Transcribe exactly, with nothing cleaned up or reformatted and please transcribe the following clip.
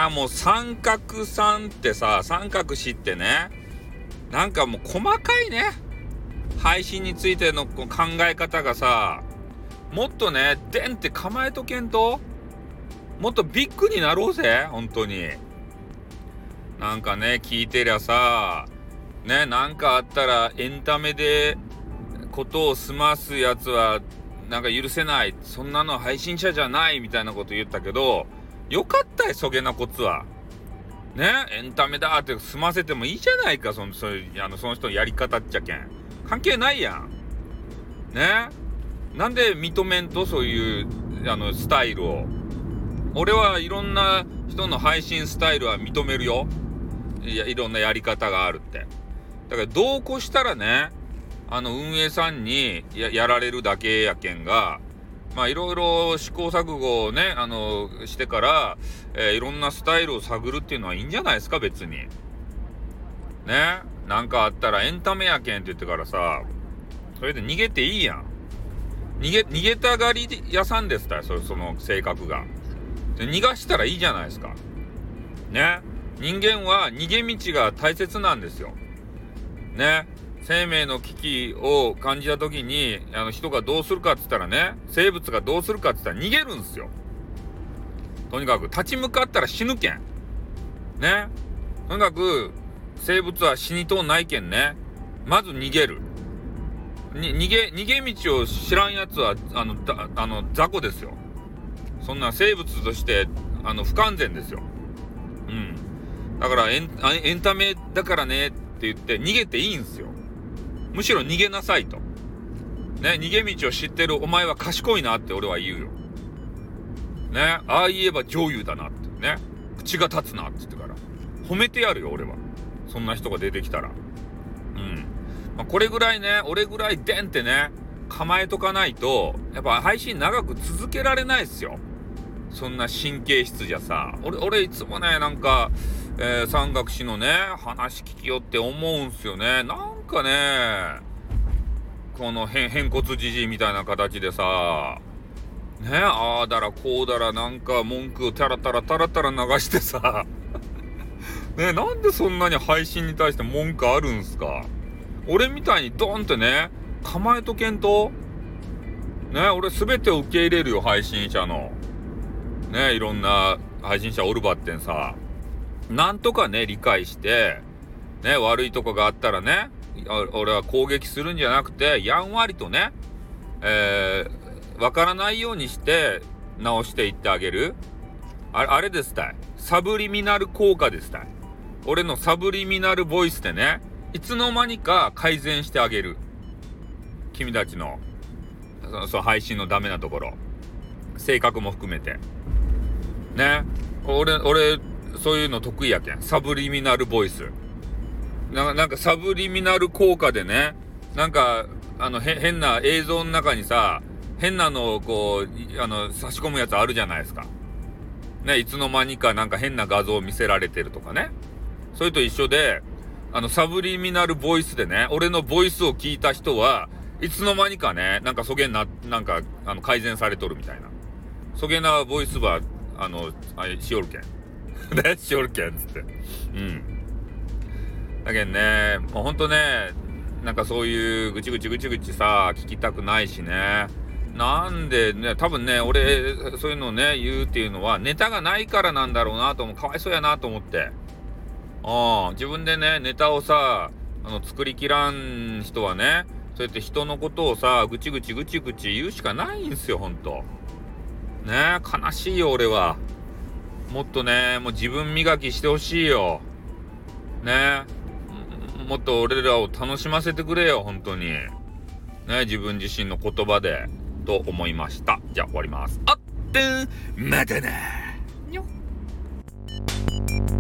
な、もう三角さんってさ、三角詞ってね、なんかもう細かいね、配信についての考え方がさ、もっとね、でんって構えとけんと、もっとビッグになろうぜ、本当に。なんかね、聞いてりゃさ、ね、なんかあったらエンタメでことを済ますやつはなんか許せない、そんなの配信者じゃないみたいなこと言ったけど、よかったよ、そげなこつはね。エンタメだって済ませてもいいじゃないか、そのそういうあのその人のやり方っちゃけん関係ないやんね。なんで認めんと、そういうあのスタイルを。俺はいろんな人の配信スタイルは認めるよ。いや、いろんなやり方があるって。だからどうこしたらね、あの運営さんに や, やられるだけやけんが、まあいろいろ試行錯誤をね、あのしてから、えー、いろんなスタイルを探るっていうのはいいんじゃないですか、別にね。なんかあったらエンタメやけんって言ってからさ、それで逃げていいやん。逃げ逃げたがり屋さんですたよ、そその性格が。で逃がしたらいいじゃないですかね。人間は逃げ道が大切なんですよね。生命の危機を感じた時に、あの人がどうするかって言ったらね、生物がどうするかって言ったら逃げるんですよ。とにかく立ち向かったら死ぬけんね。とにかく生物は死にとうないけんね、まず逃げる。に逃げ逃げ道を知らんやつはあのだあの雑魚ですよ。そんな生物としてあの不完全ですよ。うんだからエンエンタメだからねって言って逃げていいんすよ。むしろ逃げなさいとね。逃げ道を知ってるお前は賢いなって俺は言うよね。ああ言えば上優だなってね、口が立つなって言ってから褒めてやるよ俺は、そんな人が出てきたら。うん、まあ、これぐらいね、俺ぐらいでんってね構えとかないと、やっぱ配信長く続けられないっすよ。そんな神経質じゃさ。俺俺いつもね、なんか、えー、三角詞のね話聞きよって思うんすよね。なんかね、このへん偏骨じじいみたいな形でさね、ああだらこうだらなんか文句をタラタラタラタラ流してさね、なんでそんなに配信に対して文句あるんすか。俺みたいにドンってね構えとけんとね。俺全てを受け入れるよ、配信者のね。いろんな配信者おるばってんさ、なんとかね理解してね、悪いとこがあったらね、俺は攻撃するんじゃなくて、やんわりとね、えー、わからないようにして直していってあげる。あれ、あれですたい、サブリミナル効果ですたい。俺のサブリミナルボイスでね、いつの間にか改善してあげる。君たちのそそ配信のダメなところ、性格も含めてね。俺俺そういうの得意やけん、サブリミナルボイス。な, なんかサブリミナル効果でね、なんかあのへ変な映像の中にさ、変なのをこうあの差し込むやつあるじゃないですかね。いつの間にかなんか変な画像を見せられてるとかね。それと一緒で、あのサブリミナルボイスでね、俺のボイスを聞いた人はいつの間にかね、なんかそげななんかあの改善されとるみたいな、そげなボイスはあのあしおるけんね、しおるけんっつって。うんだけんね、もうほんとね、なんかそういうぐちぐちぐちぐちさ聞きたくないしね。なんでね、多分ね、俺そういうのをね言うっていうのはネタがないからなんだろうなと思う。かわいそうやなと思って。ああ、自分でねネタをさあの作りきらん人はね、そうやって人のことをさぐちぐちぐちぐち言うしかないんすよ、ほんとね。悲しいよ俺は。もっとね、もう自分磨きしてほしいよね。もっと俺らを楽しませてくれよ、本当にね。自分自身の言葉でと思いました。じゃあ終わります。あってん、またな。にょっ。